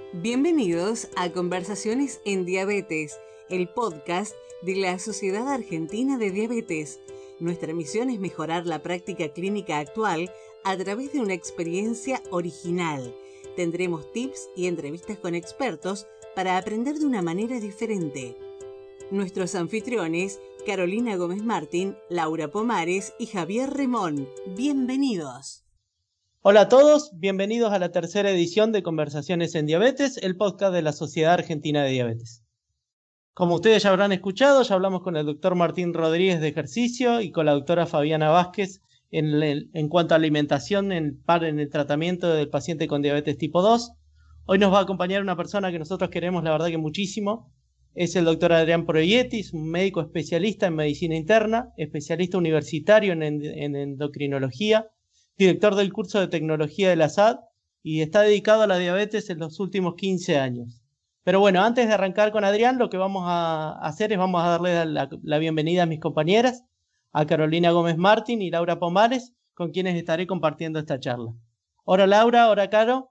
Bienvenidos a Conversaciones en Diabetes, el podcast de la Sociedad Argentina de Diabetes. Nuestra misión es mejorar la práctica clínica actual a través de una experiencia original. Tendremos tips y entrevistas con expertos para aprender de una manera diferente. Nuestros anfitriones, Carolina Gómez Martín, Laura Pomares y Javier Remón. Bienvenidos. Hola a todos, bienvenidos a la tercera edición de Conversaciones en Diabetes, el podcast de la Sociedad Argentina de Diabetes. Como ustedes ya habrán escuchado, ya hablamos con el doctor Martín Rodríguez de ejercicio y con la doctora Fabiana Vázquez en cuanto a alimentación en el tratamiento del paciente con diabetes tipo 2. Hoy nos va a acompañar una persona que nosotros queremos, la verdad que muchísimo. Es el doctor Adrián Proietis, un médico especialista en medicina interna, especialista universitario en endocrinología, director del curso de tecnología de la SAD y está dedicado a la diabetes en los últimos 15 años. Pero bueno, antes de arrancar con Adrián, lo que vamos a hacer es vamos a darle la bienvenida a mis compañeras, a Carolina Gómez Martín y Laura Pomares, con quienes estaré compartiendo esta charla. Hola Laura, hola Caro.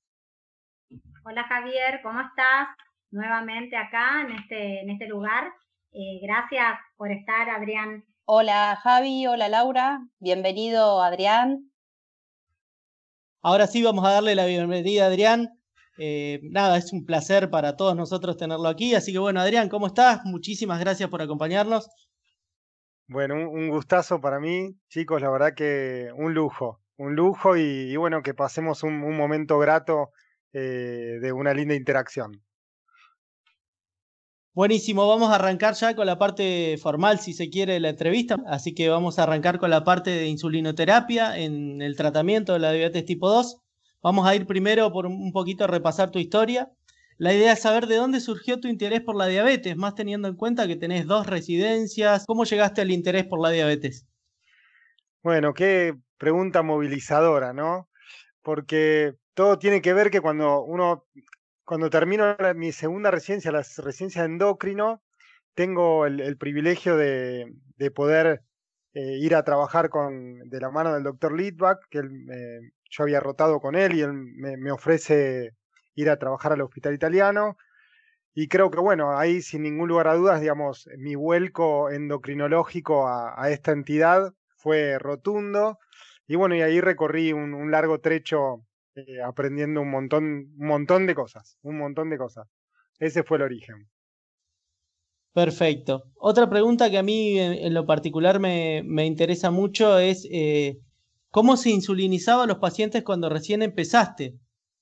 Hola Javier, ¿cómo estás? Nuevamente acá en este lugar. Gracias por estar, Adrián. Hola Javi, hola Laura, bienvenido Adrián. Ahora sí vamos a darle la bienvenida a Adrián. Es un placer para todos nosotros tenerlo aquí. Así que bueno, Adrián, ¿cómo estás? Muchísimas gracias por acompañarnos. Bueno, un gustazo para mí, chicos, la verdad que un lujo y bueno, que pasemos un momento grato de una linda interacción. Buenísimo, vamos a arrancar ya con la parte formal, si se quiere, de la entrevista. Así que vamos a arrancar con la parte de insulinoterapia en el tratamiento de la diabetes tipo 2. Vamos a ir primero por un poquito a repasar tu historia. La idea es saber de dónde surgió tu interés por la diabetes, más teniendo en cuenta que tenés 2 residencias. ¿Cómo llegaste al interés por la diabetes? Bueno, qué pregunta movilizadora, ¿no? Porque todo tiene que ver que cuando termino mi segunda residencia, la residencia de endocrino, tengo el privilegio de poder ir a trabajar de la mano del doctor Litvak, que yo había rotado con él y él me ofrece ir a trabajar al hospital italiano. Y creo que, bueno, ahí sin ningún lugar a dudas, digamos, mi vuelco endocrinológico a esta entidad fue rotundo. Y bueno, y ahí recorrí un largo trecho aprendiendo un montón de cosas, un montón de cosas. Ese fue el origen. Perfecto. Otra pregunta que a mí en lo particular me interesa mucho es ¿cómo se insulinizaba a los pacientes cuando recién empezaste?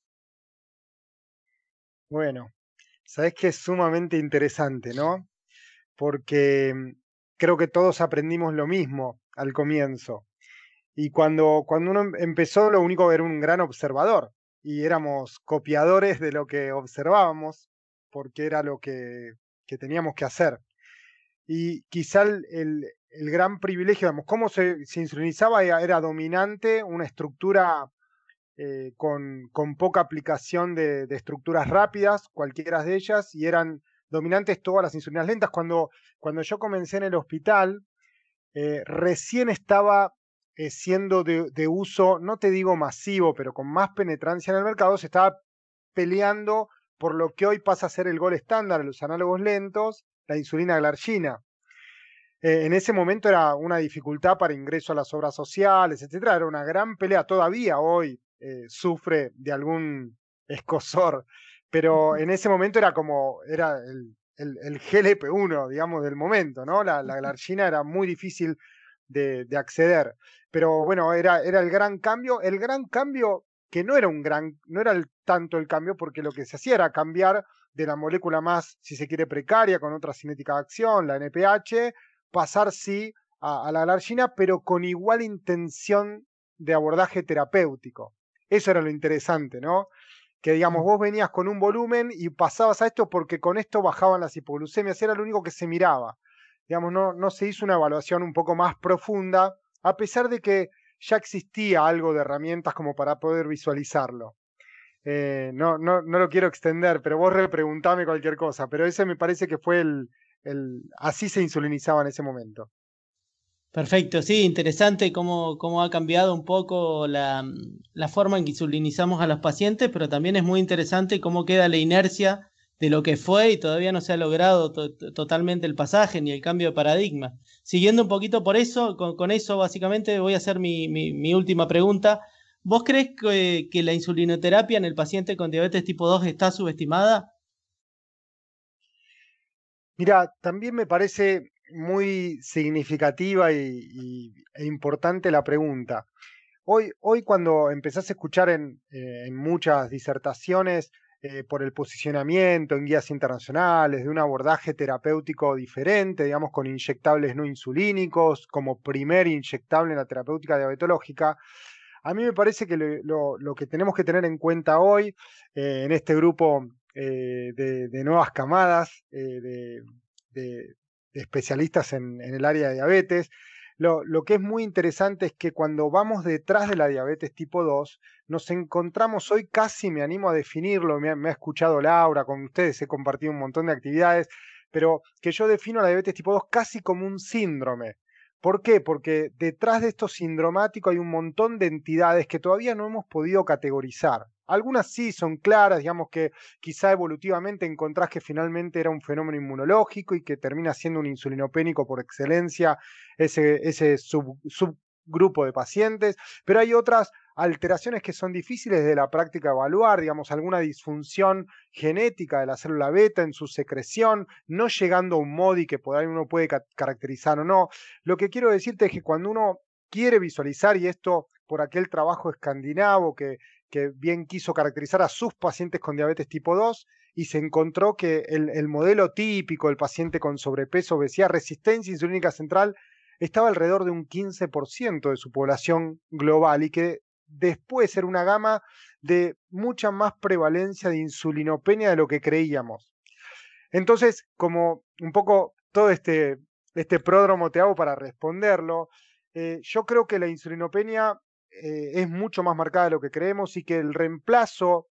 Bueno, sabes que es sumamente interesante, ¿no? Porque creo que todos aprendimos lo mismo al comienzo. Y cuando uno empezó, lo único era un gran observador y éramos copiadores de lo que observábamos, porque era lo que teníamos que hacer. Y quizá el gran privilegio, digamos, cómo se insulinizaba era dominante, una estructura con poca aplicación de estructuras rápidas, cualquiera de ellas, y eran dominantes todas las insulinas lentas. Cuando yo comencé en el hospital, recién estaba siendo de uso, no te digo masivo, pero con más penetrancia en el mercado, se estaba peleando por lo que hoy pasa a ser el gol estándar, los análogos lentos, la insulina glargina. En ese momento era una dificultad para ingreso a las obras sociales, etcétera. Era una gran pelea. Todavía hoy sufre de algún escozor, pero en ese momento era el GLP-1, digamos, del momento, ¿no? La glargina era muy difícil de acceder. Pero bueno, era el gran cambio que no era no era tanto el cambio, porque lo que se hacía era cambiar de la molécula más, si se quiere, precaria, con otra cinética de acción, la NPH, pasar sí a la glargina, pero con igual intención de abordaje terapéutico. Eso era lo interesante, ¿no? Que digamos, vos venías con un volumen y pasabas a esto porque con esto bajaban las hipoglucemias, era lo único que se miraba. Digamos, no se hizo una evaluación un poco más profunda, a pesar de que ya existía algo de herramientas como para poder visualizarlo. No lo quiero extender, pero vos repreguntame cualquier cosa, pero ese me parece que fue así se insulinizaba en ese momento. Perfecto, sí, interesante cómo ha cambiado un poco la forma en que insulinizamos a los pacientes, pero también es muy interesante cómo queda la inercia de lo que fue y todavía no se ha logrado totalmente el pasaje ni el cambio de paradigma. Siguiendo un poquito por eso, con eso básicamente voy a hacer mi última pregunta. ¿Vos crees que la insulinoterapia en el paciente con diabetes tipo 2 está subestimada? Mira, también me parece muy significativa e importante la pregunta. Hoy cuando empezás a escuchar en muchas disertaciones por el posicionamiento en guías internacionales de un abordaje terapéutico diferente, digamos, con inyectables no insulínicos como primer inyectable en la terapéutica diabetológica, a mí me parece que lo que tenemos que tener en cuenta hoy en este grupo de nuevas camadas de- de especialistas en el área de diabetes, lo que es muy interesante es que cuando vamos detrás de la diabetes tipo 2, nos encontramos hoy, casi me animo a definirlo, me ha escuchado Laura, con ustedes he compartido un montón de actividades, pero que yo defino la diabetes tipo 2 casi como un síndrome. ¿Por qué? Porque detrás de esto sindromático hay un montón de entidades que todavía no hemos podido categorizar. Algunas sí son claras, digamos que quizá evolutivamente encontrás que finalmente era un fenómeno inmunológico y que termina siendo un insulinopénico por excelencia ese subgrupo de pacientes, pero hay otras alteraciones que son difíciles de la práctica de evaluar, digamos, alguna disfunción genética de la célula beta en su secreción, no llegando a un MODI que por ahí uno puede caracterizar o no. Lo que quiero decirte es que cuando uno quiere visualizar, y esto por aquel trabajo escandinavo que bien quiso caracterizar a sus pacientes con diabetes tipo 2 y se encontró que el modelo típico del paciente con sobrepeso, obesidad, resistencia insulínica central estaba alrededor de un 15% de su población global y que después era una gama de mucha más prevalencia de insulinopenia de lo que creíamos. Entonces, como un poco todo este pródromo te hago para responderlo, yo creo que la insulinopenia es mucho más marcada de lo que creemos y que el reemplazo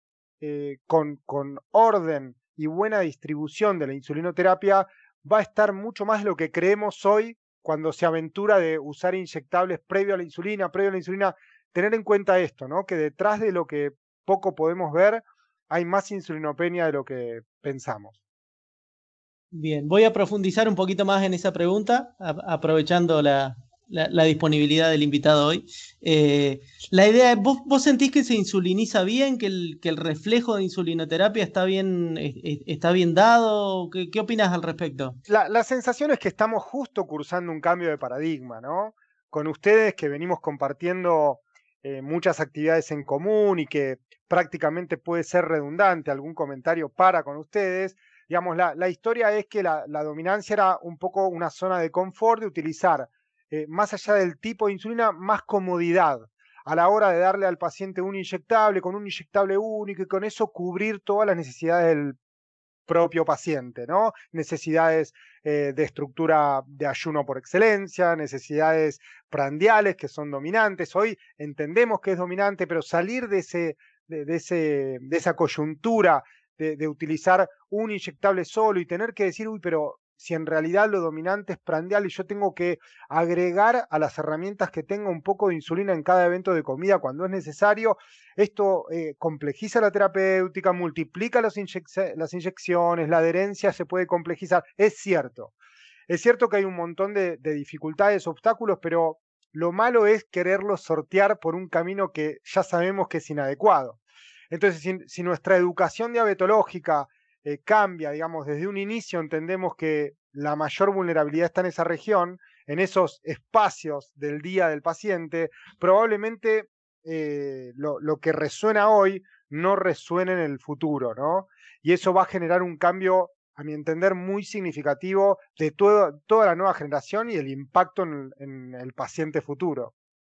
con orden y buena distribución de la insulinoterapia va a estar mucho más de lo que creemos hoy cuando se aventura de usar inyectables previo a la insulina, tener en cuenta esto, ¿no? Que detrás de lo que poco podemos ver hay más insulinopenia de lo que pensamos. Bien, voy a profundizar un poquito más en esa pregunta, aprovechando la disponibilidad del invitado hoy. Eh, la idea es, ¿vos sentís que se insuliniza bien, que el reflejo de insulinoterapia está bien dado? ¿Qué opinas al respecto? La sensación es que estamos justo cursando un cambio de paradigma, ¿no? Con ustedes que venimos compartiendo muchas actividades en común y que prácticamente puede ser redundante algún comentario para con ustedes. Digamos, la historia es que la dominancia era un poco una zona de confort de utilizar, más allá del tipo de insulina, más comodidad a la hora de darle al paciente un inyectable con un inyectable único y con eso cubrir todas las necesidades del propio paciente, ¿no? Necesidades de estructura de ayuno por excelencia, necesidades prandiales que son dominantes. Hoy entendemos que es dominante, pero salir de esa coyuntura de utilizar un inyectable solo y tener que decir, uy, pero si en realidad lo dominante es prandial y yo tengo que agregar a las herramientas que tenga un poco de insulina en cada evento de comida cuando es necesario, esto complejiza la terapéutica, multiplica las inyecciones, la adherencia se puede complejizar. Es cierto que hay un montón de dificultades, obstáculos, pero lo malo es quererlos sortear por un camino que ya sabemos que es inadecuado. Entonces, si nuestra educación diabetológica cambia, digamos, desde un inicio entendemos que la mayor vulnerabilidad está en esa región, en esos espacios del día del paciente, probablemente lo que resuena hoy no resuene en el futuro, ¿no? Y eso va a generar un cambio, a mi entender, muy significativo de toda la nueva generación y el impacto en el paciente futuro.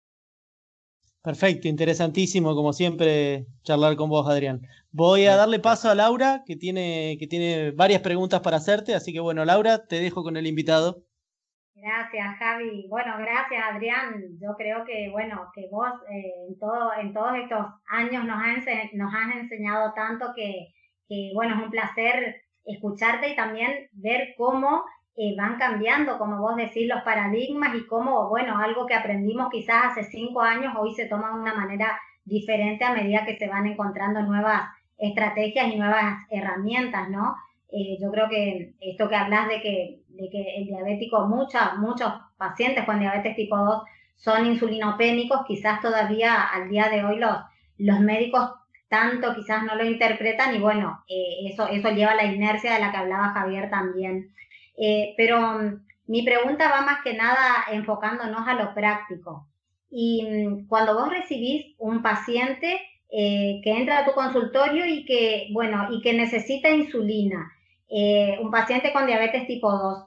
Perfecto, interesantísimo, como siempre, charlar con vos, Adrián. Voy a Me- darle paso a Laura, que tiene varias preguntas para hacerte, así que bueno, Laura, te dejo con el invitado. Gracias, Javi. Bueno, gracias, Adrián. Yo creo que, bueno, que vos en todos estos años nos has enseñado tanto que, bueno, es un placer escucharte y también ver cómo van cambiando, como vos decís, los paradigmas y cómo, bueno, algo que aprendimos quizás hace 5 años, hoy se toma de una manera diferente a medida que se van encontrando nuevas estrategias y nuevas herramientas, ¿no? Yo creo que esto que hablas de que el diabético, muchos pacientes con diabetes tipo 2 son insulinopénicos, quizás todavía al día de hoy los médicos tanto quizás no lo interpretan y bueno, eso lleva a la inercia de la que hablaba Javier también. Pero mi pregunta va más que nada enfocándonos a lo práctico. Y cuando vos recibís un paciente que entra a tu consultorio y que, bueno, y que necesita insulina, un paciente con diabetes tipo 2,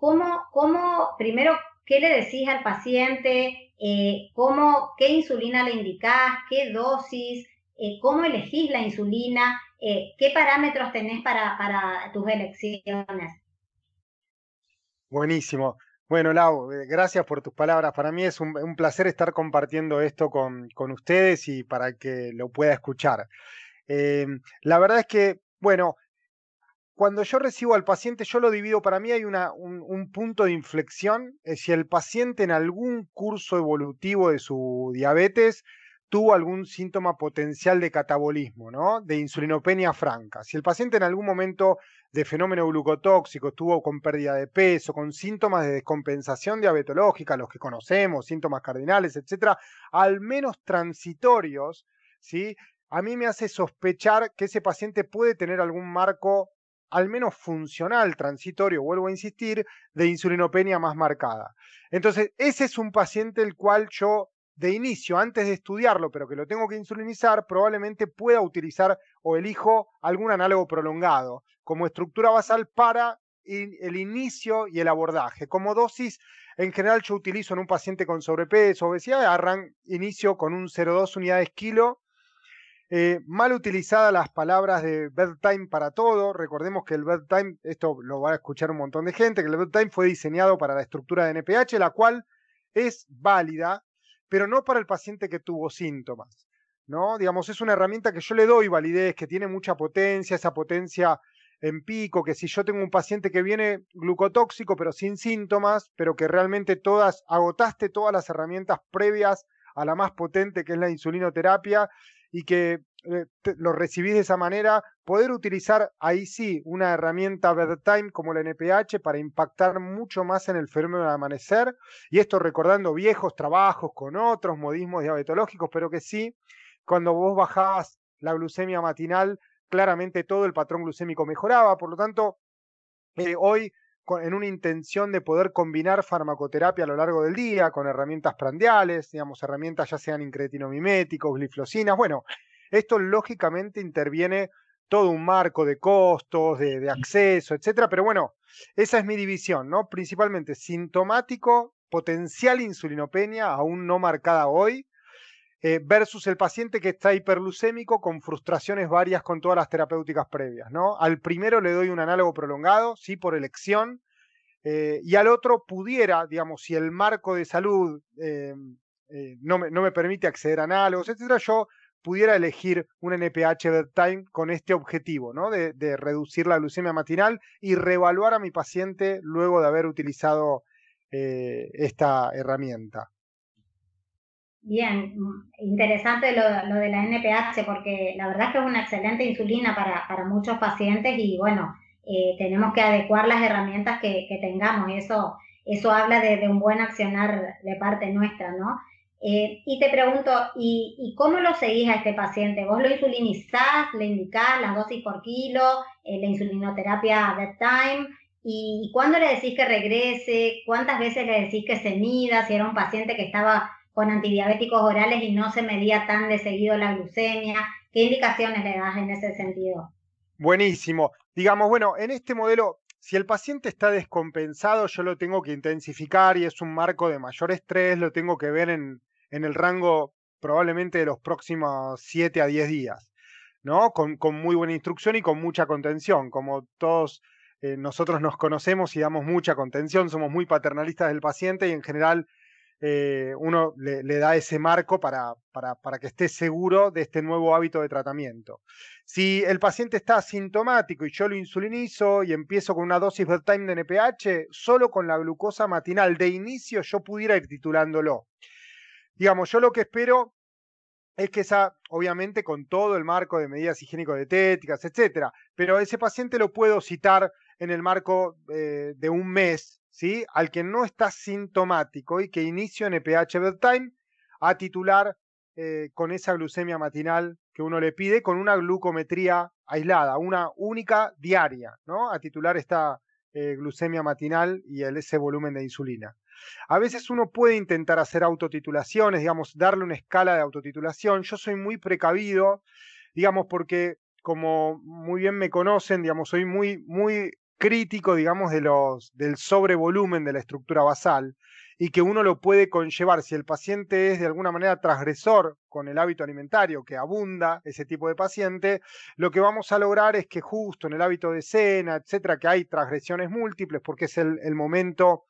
primero, qué le decís al paciente? ¿Qué insulina le indicás? ¿Qué dosis? ¿Cómo elegís la insulina? ¿Qué parámetros tenés para tus elecciones? Buenísimo. Bueno, Lau, gracias por tus palabras. Para mí es un placer estar compartiendo esto con ustedes y para que lo pueda escuchar. La verdad es que, bueno, cuando yo recibo al paciente, yo lo divido, para mí hay un punto de inflexión, si el paciente en algún curso evolutivo de su diabetes tuvo algún síntoma potencial de catabolismo, ¿no? De insulinopenia franca. Si el paciente en algún momento de fenómeno glucotóxico estuvo con pérdida de peso, con síntomas de descompensación diabetológica, los que conocemos, síntomas cardinales, etcétera, al menos transitorios, ¿sí? A mí me hace sospechar que ese paciente puede tener algún marco al menos funcional, transitorio, vuelvo a insistir, de insulinopenia más marcada. Entonces, ese es un paciente el cual yo, de inicio, antes de estudiarlo, pero que lo tengo que insulinizar, probablemente pueda utilizar o elijo algún análogo prolongado como estructura basal para el inicio y el abordaje. Como dosis, en general yo utilizo en un paciente con sobrepeso, obesidad, inicio con un 0,2 unidades kilo. Mal utilizadas las palabras de bedtime para todo. Recordemos que el bedtime, esto lo va a escuchar un montón de gente, que el bedtime fue diseñado para la estructura de NPH, la cual es válida, pero no para el paciente que tuvo síntomas, ¿no? Digamos, es una herramienta que yo le doy validez, que tiene mucha potencia, esa potencia en pico, que si yo tengo un paciente que viene glucotóxico pero sin síntomas, pero que realmente agotaste todas las herramientas previas a la más potente que es la insulinoterapia, y que lo recibís de esa manera, poder utilizar ahí sí una herramienta bedtime como la NPH para impactar mucho más en el fenómeno del amanecer, y esto recordando viejos trabajos con otros modismos diabetológicos, pero que sí, cuando vos bajabas la glucemia matinal, claramente todo el patrón glucémico mejoraba. Por lo tanto, hoy en una intención de poder combinar farmacoterapia a lo largo del día con herramientas prandiales, digamos, herramientas ya sean incretinamiméticos, gliflosinas. Bueno, esto lógicamente interviene todo un marco de costos, de acceso, etcétera, pero bueno, esa es mi división, ¿no? Principalmente sintomático, potencial insulinopenia, aún no marcada hoy, versus el paciente que está hiperglucémico con frustraciones varias con todas las terapéuticas previas, ¿no? Al primero le doy un análogo prolongado, sí, por elección, y al otro pudiera, digamos, si el marco de salud no me permite acceder a análogos, etcétera, yo pudiera elegir un NPH bedtime con este objetivo, ¿no? De reducir la glucemia matinal y reevaluar a mi paciente luego de haber utilizado esta herramienta. Bien, interesante lo de la NPH porque la verdad es que es una excelente insulina para muchos pacientes y bueno, tenemos que adecuar las herramientas que tengamos. Eso habla de un buen accionar de parte nuestra, ¿no? Y te pregunto, ¿y cómo lo seguís a este paciente? ¿Vos lo insulinizás, le indicás las dosis por kilo, la insulinoterapia bedtime? ¿Y cuándo le decís que regrese? ¿Cuántas veces le decís que se mida? Si era un paciente que estaba con antidiabéticos orales y no se medía tan de seguido la glucemia. ¿Qué indicaciones le das en ese sentido? Buenísimo. Digamos, bueno, en este modelo, si el paciente está descompensado, yo lo tengo que intensificar y es un marco de mayor estrés, lo tengo que ver en el rango probablemente de los próximos 7 a 10 días, ¿no? Con muy buena instrucción y con mucha contención. Como todos nosotros nos conocemos y damos mucha contención, somos muy paternalistas del paciente y en general uno le da ese marco para que esté seguro de este nuevo hábito de tratamiento. Si el paciente está asintomático y yo lo insulinizo y empiezo con una dosis bedtime de NPH, solo con la glucosa matinal de inicio yo pudiera ir titulándolo. Digamos, yo lo que espero es que obviamente con todo el marco de medidas higiénico-dietéticas, etcétera, pero ese paciente lo puedo citar en el marco de un mes, ¿sí? Al que no está sintomático y que inicio NPH bedtime a titular con esa glucemia matinal que uno le pide, con una glucometría aislada, una única diaria, ¿no? A titular esta glucemia matinal y ese volumen de insulina. A veces uno puede intentar hacer autotitulaciones, digamos, darle una escala de autotitulación. Yo soy muy precavido, digamos, porque como muy bien me conocen, digamos, soy muy crítico, digamos, del sobrevolumen de la estructura basal y que uno lo puede conllevar si el paciente es de alguna manera transgresor con el hábito alimentario, que abunda ese tipo de paciente, lo que vamos a lograr es que justo en el hábito de cena, etcétera, que hay transgresiones múltiples porque es el momento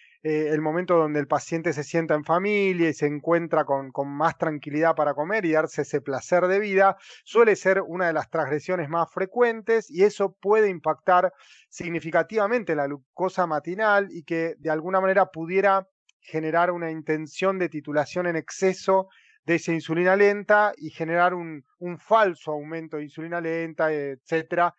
donde el paciente se sienta en familia y se encuentra con más tranquilidad para comer y darse ese placer de vida, suele ser una de las transgresiones más frecuentes y eso puede impactar significativamente la glucosa matinal y que de alguna manera pudiera generar una intención de titulación en exceso de esa insulina lenta y generar un falso aumento de insulina lenta, etcétera,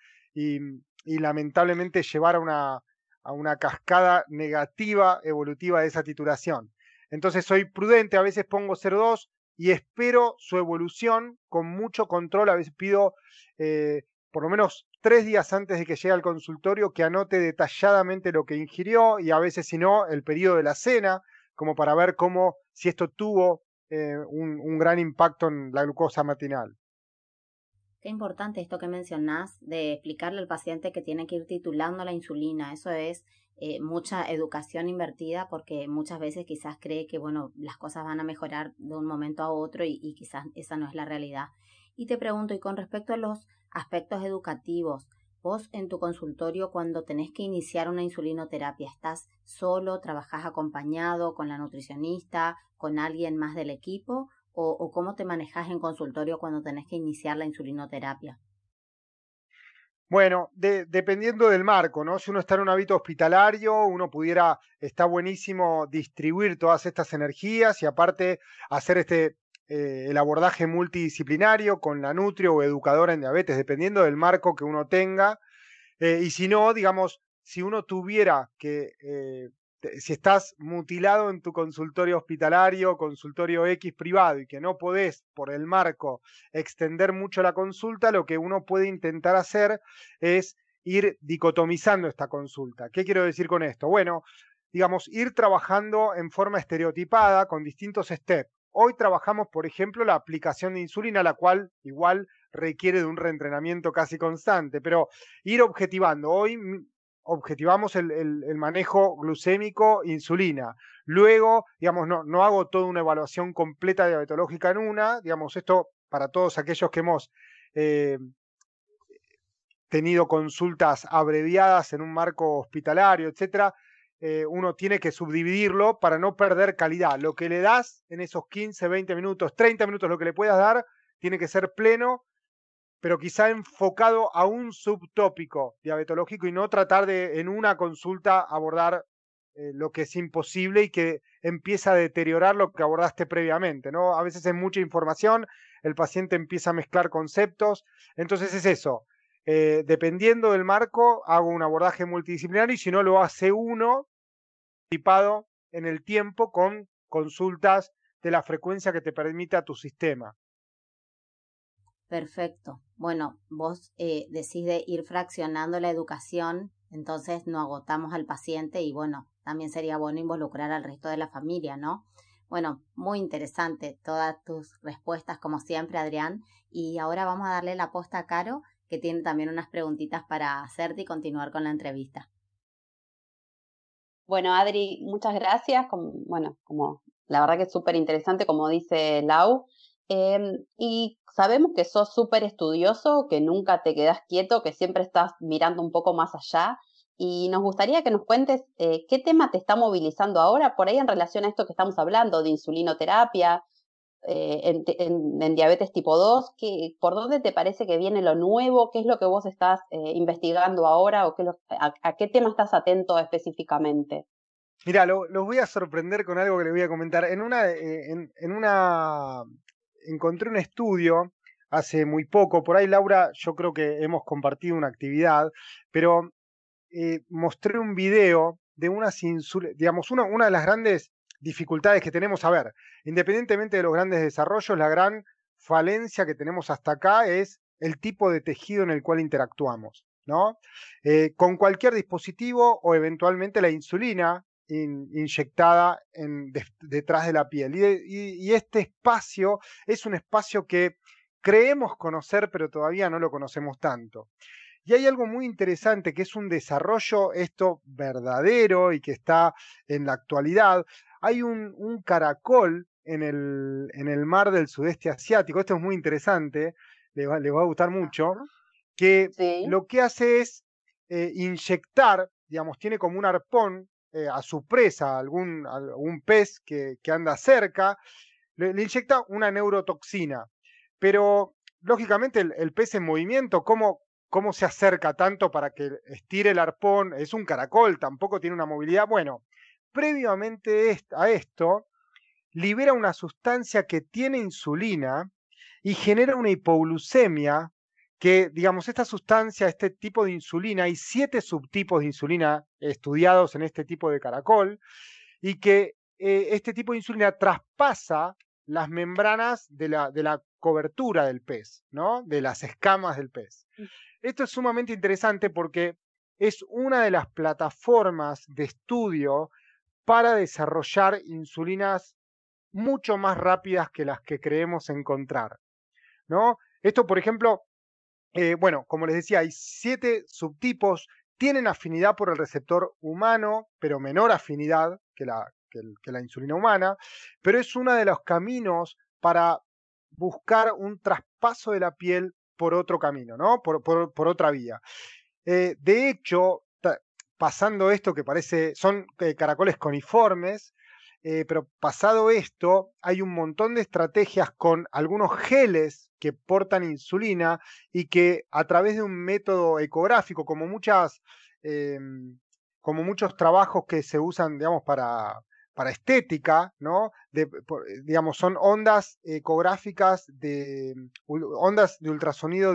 y lamentablemente llevar a una cascada negativa evolutiva de esa titulación. Entonces soy prudente, a veces pongo 0,2 y espero su evolución con mucho control. A veces pido por lo menos 3 días antes de que llegue al consultorio que anote detalladamente lo que ingirió y a veces, si no, el periodo de la cena, como para ver si esto tuvo un gran impacto en la glucosa matinal. Qué importante esto que mencionás de explicarle al paciente que tiene que ir titulando la insulina. Eso es mucha educación invertida porque muchas veces quizás cree que, bueno, las cosas van a mejorar de un momento a otro y quizás esa no es la realidad. Y te pregunto, y con respecto a los aspectos educativos, vos en tu consultorio cuando tenés que iniciar una insulinoterapia, ¿estás solo, trabajás acompañado con la nutricionista, con alguien más del equipo? ¿O cómo te manejas en consultorio cuando tenés que iniciar la insulinoterapia? Bueno, dependiendo del marco, ¿no? Si uno está en un hábito hospitalario, está buenísimo distribuir todas estas energías y aparte hacer el abordaje multidisciplinario con la nutrio o educadora en diabetes, dependiendo del marco que uno tenga. Y si no, digamos, si uno tuviera si estás mutilado en tu consultorio hospitalario, consultorio X privado y que no podés por el marco extender mucho la consulta, lo que uno puede intentar hacer es ir dicotomizando esta consulta. ¿Qué quiero decir con esto? Bueno, digamos, ir trabajando en forma estereotipada con distintos steps. Hoy trabajamos, por ejemplo, la aplicación de insulina, la cual igual requiere de un reentrenamiento casi constante, pero ir objetivando. Hoy objetivamos el manejo glucémico, insulina. Luego, digamos, no hago toda una evaluación completa diabetológica en una, digamos, esto para todos aquellos que hemos tenido consultas abreviadas en un marco hospitalario, etcétera, uno tiene que subdividirlo para no perder calidad. Lo que le das en esos 15, 20 minutos, 30 minutos, lo que le puedas dar, tiene que ser pleno, pero quizá enfocado a un subtópico diabetológico y no tratar de en una consulta abordar lo que es imposible y que empieza a deteriorar lo que abordaste previamente, ¿no? A veces es mucha información, el paciente empieza a mezclar conceptos, entonces es eso. Dependiendo del marco, hago un abordaje multidisciplinario y si no lo hace uno, tipado en el tiempo con consultas de la frecuencia que te permita tu sistema. Perfecto. Bueno, vos decís de ir fraccionando la educación, entonces no agotamos al paciente y bueno, también sería bueno involucrar al resto de la familia, ¿no? Bueno, muy interesante todas tus respuestas como siempre, Adrián. Y ahora vamos a darle la posta a Caro, que tiene también unas preguntitas para hacerte y continuar con la entrevista. Bueno, Adri, muchas gracias. Como la verdad que es súper interesante, como dice Lau. Y sabemos que sos súper estudioso, que nunca te quedás quieto, que siempre estás mirando un poco más allá. y nos gustaría que nos cuentes qué tema te está movilizando ahora, por ahí en relación a esto que estamos hablando de insulinoterapia, en diabetes tipo 2, ¿por dónde te parece que viene lo nuevo? ¿Qué es lo que vos estás investigando ahora? ¿O a qué tema estás atento específicamente? Mira, los voy a sorprender con algo que les voy a comentar. Encontré un estudio hace muy poco, por ahí Laura, yo creo que hemos compartido una actividad, pero mostré un video de digamos, una de las grandes dificultades que tenemos, a ver, independientemente de los grandes desarrollos, la gran falencia que tenemos hasta acá es el tipo de tejido en el cual interactuamos, ¿no? Con cualquier dispositivo o eventualmente la insulina inyectada detrás de la piel. Y este espacio es un espacio que creemos conocer, pero todavía no lo conocemos tanto. Y hay algo muy interesante que es un desarrollo, esto verdadero y que está en la actualidad. Hay un caracol en el mar del sudeste asiático, esto es muy interesante, les va a gustar mucho, que Sí. lo que hace es inyectar, digamos, tiene como un arpón a su presa, algún pez que anda cerca, le inyecta una neurotoxina. Pero lógicamente el pez en movimiento, ¿cómo se acerca tanto para que estire el arpón? Es un caracol, tampoco tiene una movilidad. Bueno, previamente a esto, libera una sustancia que tiene insulina y genera una hipoglucemia que, digamos, esta sustancia, este tipo de insulina, hay 7 subtipos de insulina estudiados en este tipo de caracol, y que este tipo de insulina traspasa las membranas de la cobertura del pez, ¿no? De las escamas del pez. Esto es sumamente interesante porque es una de las plataformas de estudio para desarrollar insulinas mucho más rápidas que las que creemos encontrar, ¿no? Esto, por ejemplo, bueno, como les decía, hay 7 subtipos, tienen afinidad por el receptor humano, pero menor afinidad que la insulina humana, pero es uno de los caminos para buscar un traspaso de la piel por otro camino, ¿no? Por otra vía. De hecho, pasando esto que son caracoles coniformes, pero pasado esto, hay un montón de estrategias con algunos geles que portan insulina y que a través de un método ecográfico, eh, como muchos trabajos que se usan, digamos, para estética, ¿no? Digamos, son ondas ecográficas ondas de ultrasonido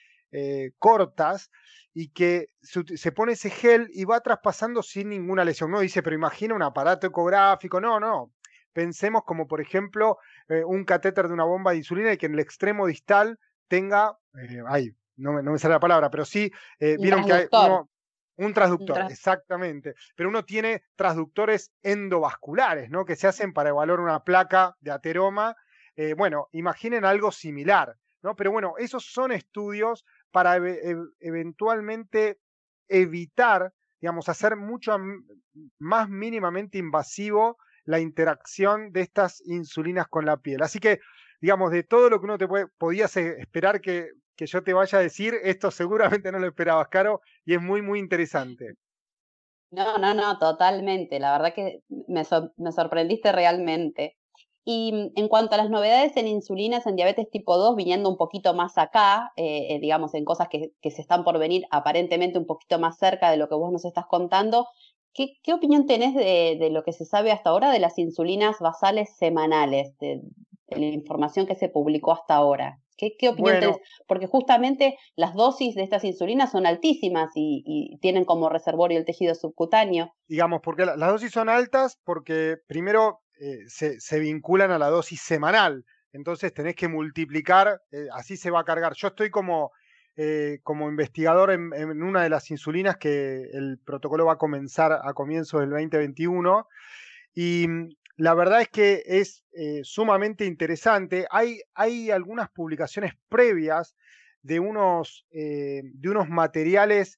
cortas, y que se pone ese gel y va traspasando sin ninguna lesión. No dice, pero imagina un aparato ecográfico. No. Pensemos como, por ejemplo, un catéter de una bomba de insulina y que en el extremo distal tenga, no me sale la palabra, pero sí, vieron que hay un transductor, exactamente. Pero uno tiene transductores endovasculares, ¿no? Que se hacen para evaluar una placa de ateroma. Bueno, imaginen algo similar, ¿no? Pero bueno, esos son estudios para eventualmente evitar, digamos, hacer mucho más mínimamente invasivo la interacción de estas insulinas con la piel. Así que, digamos, de todo lo que uno podías esperar que yo te vaya a decir, esto seguramente no lo esperabas, Caro, y es muy, muy interesante. No, totalmente. La verdad que me sorprendiste realmente. Y en cuanto a las novedades en insulinas en diabetes tipo 2, viniendo un poquito más acá, digamos, en cosas que se están por venir aparentemente un poquito más cerca de lo que vos nos estás contando, ¿qué opinión tenés de lo que se sabe hasta ahora de las insulinas basales semanales, de la información que se publicó hasta ahora? ¿Qué opinión tenés? Porque justamente las dosis de estas insulinas son altísimas y tienen como reservorio el tejido subcutáneo. Digamos, porque las dosis son altas porque primero se vinculan a la dosis semanal, entonces tenés que multiplicar, así se va a cargar. Yo estoy como investigador en una de las insulinas que el protocolo va a comenzar a comienzos del 2021, y la verdad es que es sumamente interesante. Hay algunas publicaciones previas de unos materiales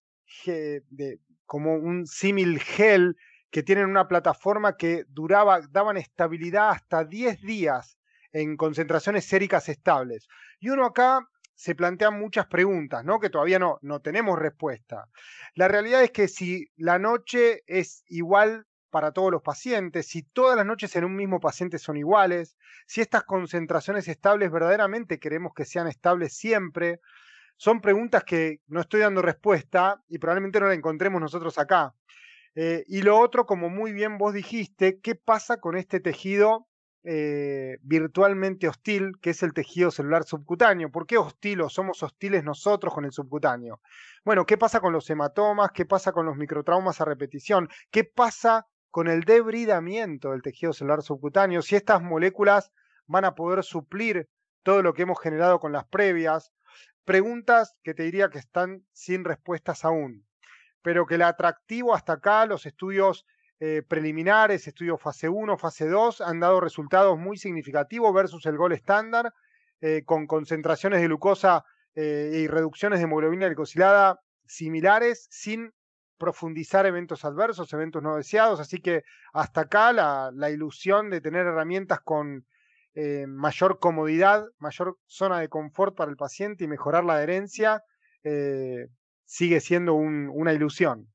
como un símil gel que tienen una plataforma que daban estabilidad hasta 10 días en concentraciones séricas estables. Y uno acá se plantean muchas preguntas, ¿no? Que todavía no tenemos respuesta. La realidad es que si la noche es igual para todos los pacientes, si todas las noches en un mismo paciente son iguales, si estas concentraciones estables verdaderamente queremos que sean estables siempre, son preguntas que no estoy dando respuesta y probablemente no la encontremos nosotros acá. Y lo otro, como muy bien vos dijiste, ¿qué pasa con este tejido virtualmente hostil, que es el tejido celular subcutáneo? ¿Por qué hostil o somos hostiles nosotros con el subcutáneo? Bueno, ¿qué pasa con los hematomas? ¿Qué pasa con los microtraumas a repetición? ¿Qué pasa con el debridamiento del tejido celular subcutáneo? Si estas moléculas van a poder suplir todo lo que hemos generado con las previas. Preguntas que te diría que están sin respuestas aún, pero que el atractivo hasta acá, los estudios preliminares, estudios fase 1, fase 2, han dado resultados muy significativos versus el gold estándar, con concentraciones de glucosa y reducciones de hemoglobina glicosilada similares, sin profundizar eventos adversos, eventos no deseados. Así que hasta acá la ilusión de tener herramientas con mayor comodidad, mayor zona de confort para el paciente y mejorar la adherencia, sigue siendo una ilusión.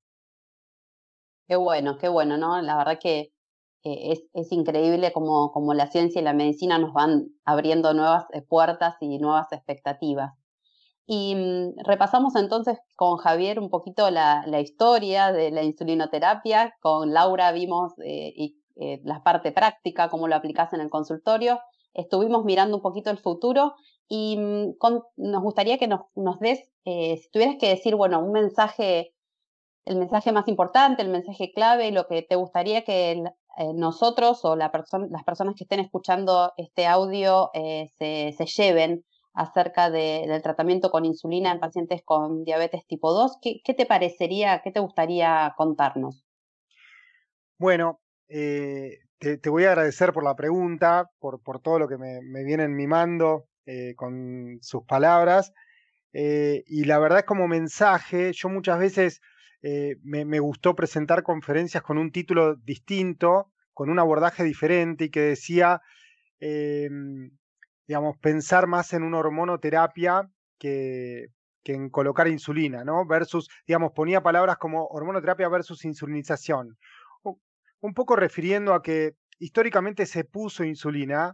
Qué bueno, ¿no? La verdad que es increíble como la ciencia y la medicina nos van abriendo nuevas puertas y nuevas expectativas. Y repasamos entonces con Javier un poquito la historia de la insulinoterapia. Con Laura vimos la parte práctica, cómo lo aplicás en el consultorio. Estuvimos mirando un poquito el futuro y nos gustaría que nos des, si tuvieras que decir, bueno, un mensaje, el mensaje más importante, el mensaje clave, lo que te gustaría que nosotros o las personas que estén escuchando este audio se lleven acerca del tratamiento con insulina en pacientes con diabetes tipo 2. ¿Qué te parecería, qué te gustaría contarnos? Bueno, te voy a agradecer por la pregunta, por todo lo que me vienen mimando con sus palabras. Y la verdad es como mensaje, yo muchas veces me gustó presentar conferencias con un título distinto, con un abordaje diferente y que decía, digamos, pensar más en una hormonoterapia que en colocar insulina, ¿no? Versus, digamos, ponía palabras como hormonoterapia versus insulinización. Un poco refiriendo a que históricamente se puso insulina,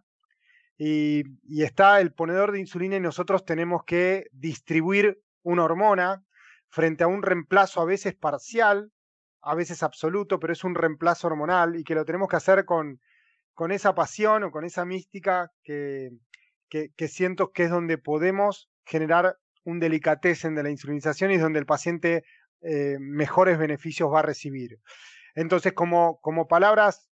y está el ponedor de insulina y nosotros tenemos que distribuir una hormona frente a un reemplazo a veces parcial, a veces absoluto, pero es un reemplazo hormonal y que lo tenemos que hacer con esa pasión o con esa mística que siento que es donde podemos generar un delicatessen de la insulinización y es donde el paciente mejores beneficios va a recibir. Entonces, como palabras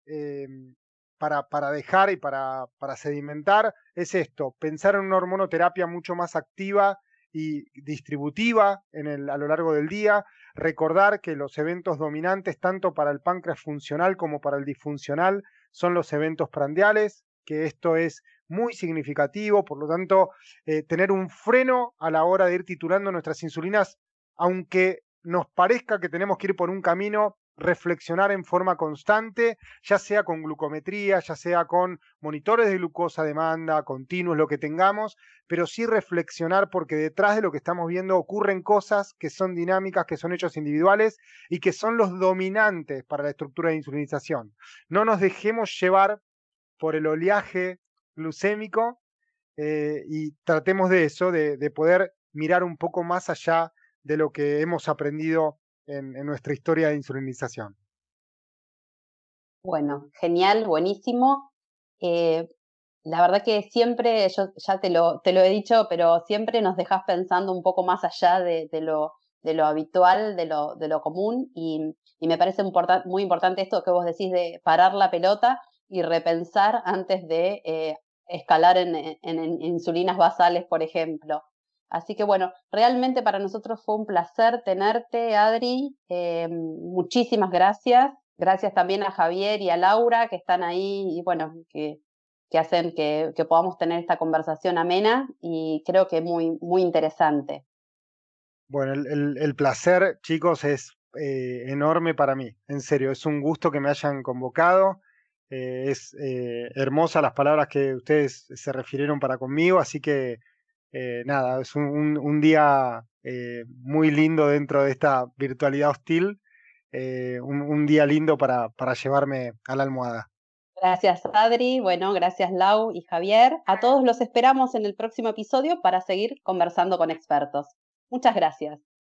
para dejar y para sedimentar, es esto, pensar en una hormonoterapia mucho más activa y distributiva a lo largo del día, recordar que los eventos dominantes, tanto para el páncreas funcional como para el disfuncional, son los eventos prandiales, que esto es muy significativo, por lo tanto, tener un freno a la hora de ir titulando nuestras insulinas, aunque nos parezca que tenemos que ir por un camino, reflexionar en forma constante, ya sea con glucometría, ya sea con monitores de glucosa demanda, continuos, lo que tengamos, pero sí reflexionar porque detrás de lo que estamos viendo ocurren cosas que son dinámicas, que son hechos individuales y que son los dominantes para la estructura de insulinización. No nos dejemos llevar por el oleaje glucémico y tratemos de eso, de poder mirar un poco más allá de lo que hemos aprendido en nuestra historia de insulinización. Bueno, genial, buenísimo. La verdad que siempre, yo ya te lo he dicho, pero siempre nos dejas pensando un poco más allá de lo habitual, de lo común, y me parece muy importante esto que vos decís de parar la pelota y repensar antes de escalar en insulinas basales, por ejemplo. Así que bueno, realmente para nosotros fue un placer tenerte, Adri. Muchísimas gracias. Gracias también a Javier y a Laura que están ahí y bueno, que hacen que podamos tener esta conversación amena y creo que muy, muy interesante. Bueno, el placer, chicos, es enorme para mí. En serio, es un gusto que me hayan convocado. Es hermosa las palabras que ustedes se refirieron para conmigo, así que nada, es un día muy lindo dentro de esta virtualidad hostil, un día lindo para llevarme a la almohada. Gracias, Adri. Bueno, gracias, Lau y Javier. A todos los esperamos en el próximo episodio para seguir conversando con expertos. Muchas gracias.